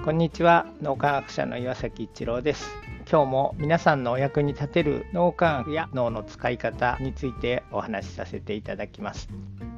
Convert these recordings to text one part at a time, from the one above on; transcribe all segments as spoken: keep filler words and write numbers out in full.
こんにちは、脳科学者の岩崎一郎です。今日も皆さんのお役に立てる脳科学や脳の使い方についてお話しさせていただきます。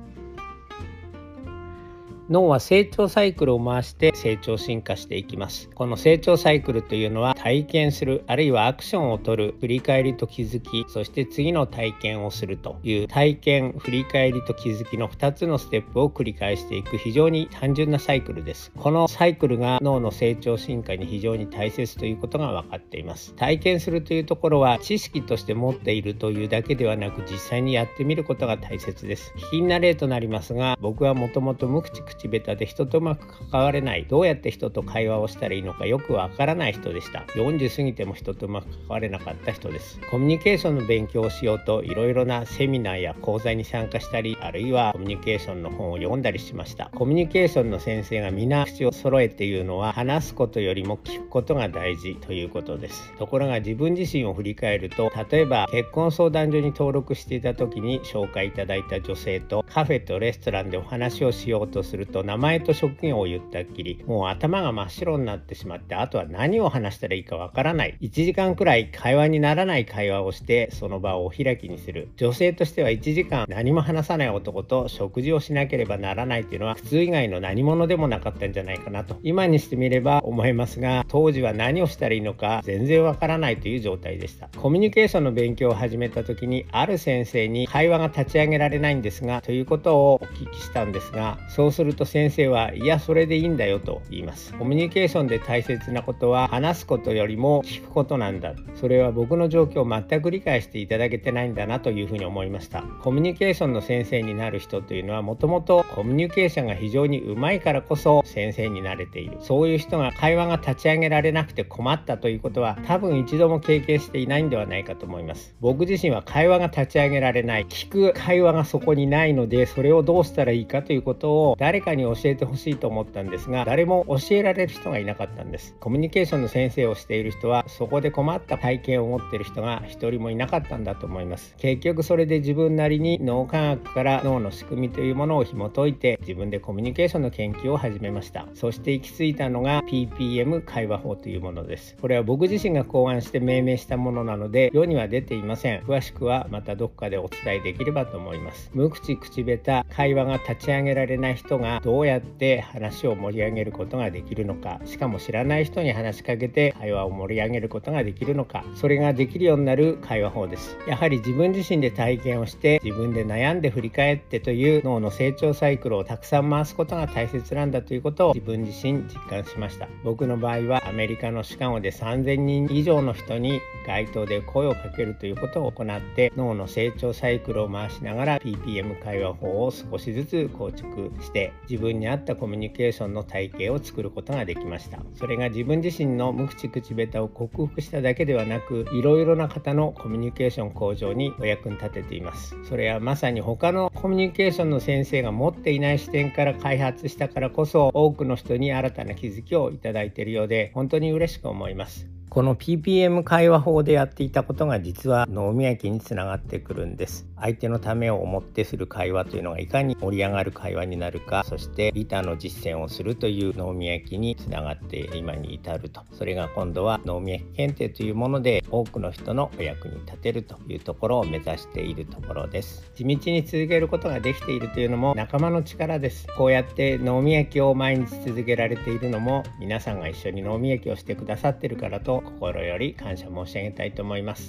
脳は成長サイクルを回して成長進化していきます。この成長サイクルというのは体験する、あるいはアクションを取る、振り返りと気づき、そして次の体験をするという体験、振り返りと気づきのふたつのステップを繰り返していく非常に単純なサイクルです。このサイクルが脳の成長進化に非常に大切ということが分かっています。体験するというところは知識として持っているというだけではなく、実際にやってみることが大切です。卑近な例となりますが、僕はもともと無口口下手で人とうまく関われない、どうやって人と会話をしたらいいのかよくわからない人でした。よんじゅう過ぎても人とうまく関われなかった人です。コミュニケーションの勉強をしようといろいろなセミナーや講座に参加したり、あるいはコミュニケーションの本を読んだりしました。コミュニケーションの先生が皆口を揃えて言うのは、話すことよりも聞くことが大事ということです。ところが自分自身を振り返ると、例えば結婚相談所に登録していた時に紹介いただいた女性とカフェとレストランでお話をしようとすると、名前と職業を言ったっきりもう頭が真っ白になってしまって、あとは何を話したらいいかわからない。いちじかんくらい会話にならない会話をしてその場をお開きにする。女性としてはいちじかん何も話さない男と食事をしなければならないというのは普通以外の何者でもなかったんじゃないかなと今にしてみれば思いますが、当時は何をしたらいいのか全然わからないという状態でした。コミュニケーションの勉強を始めた時に、ある先生に会話が立ち上げられないんですがということをお聞きしたんですが、そうすると先生はいやそれでいいんだよと言います。コミュニケーションで大切なことは話すことよりも聞くことなんだ。それは僕の状況を全く理解していただけてないんだなというふうに思いました。コミュニケーションの先生になる人というのはもともとコミュニケーションが非常にうまいからこそ先生になれている。そういう人が会話が立ち上げられなくて困ったということは多分一度も経験していないんではないかと思います。僕自身は会話が立ち上げられない、聞く会話がそこにないので、それをどうしたらいいかということを誰かに教えてほしいと思ったんですが、誰も教えられる人がいなかったんです。コミュニケーションの先生をしている人はそこで困った体験を持っている人が一人もいなかったんだと思います。結局それで自分なりに脳科学から脳の仕組みというものを紐解いて、自分でコミュニケーションの研究を始めました。そして行き着いたのが ピーピーエム 会話法というものです。これは僕自身が考案して命名したものなので世には出ていません。詳しくはまたどこかでお伝えできればと思います。無口口下手、会話が立ち上げられない人がどうやって話を盛り上げることができるのか、しかも知らない人に話しかけて会話を盛り上げることができるのか、それができるようになる会話法です。やはり自分自身で体験をして自分で悩んで振り返ってという脳の成長サイクルをたくさん回すことが大切なんだということを自分自身実感しました。僕の場合はアメリカのシカゴでさんぜんにん以上の人に街頭で声をかけるということを行って、脳の成長サイクルを回しながら ピーピーエム 会話法を少しずつ構築して自分に合ったコミュニケーションの体系を作ることができました。それが自分自身の無口口下手を克服しただけではなく、いろいろな方のコミュニケーション向上にお役に立てています。それはまさに他のコミュニケーションの先生が持っていない視点から開発したからこそ、多くの人に新たな気づきをいただいているようで本当に嬉しく思います。この ピーピーエム 会話法でやっていたことが実は脳みやきにつながってくるんです。相手のためを思ってする会話というのがいかに盛り上がる会話になるか、そして利他の実践をするという脳みやきにつながって今に至ると。それが今度は脳みやき検定というもので多くの人のお役に立てるというところを目指しているところです。地道に続けることができているというのも仲間の力です。こうやって脳みやきを毎日続けられているのも皆さんが一緒に脳みやきをしてくださっているからと心より感謝申し上げたいと思います。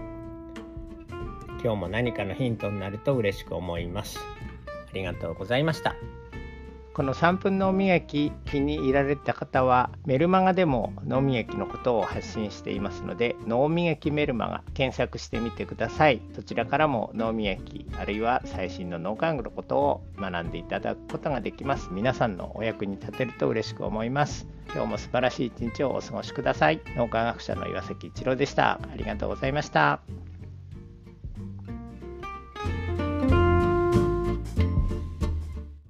今日も何かのヒントになると嬉しく思います。ありがとうございました。 このさんぷん脳みやき気に入られた方はメルマガでも脳みやきのことを発信していますので、脳みやきメルマガ検索してみてください。そちらからも脳みやきあるいは最新の脳科学のことを学んでいただくことができます。皆さんのお役に立てると嬉しく思います。今日も素晴らしい一日をお過ごしください。脳科学者の岩崎一郎でした。ありがとうございました。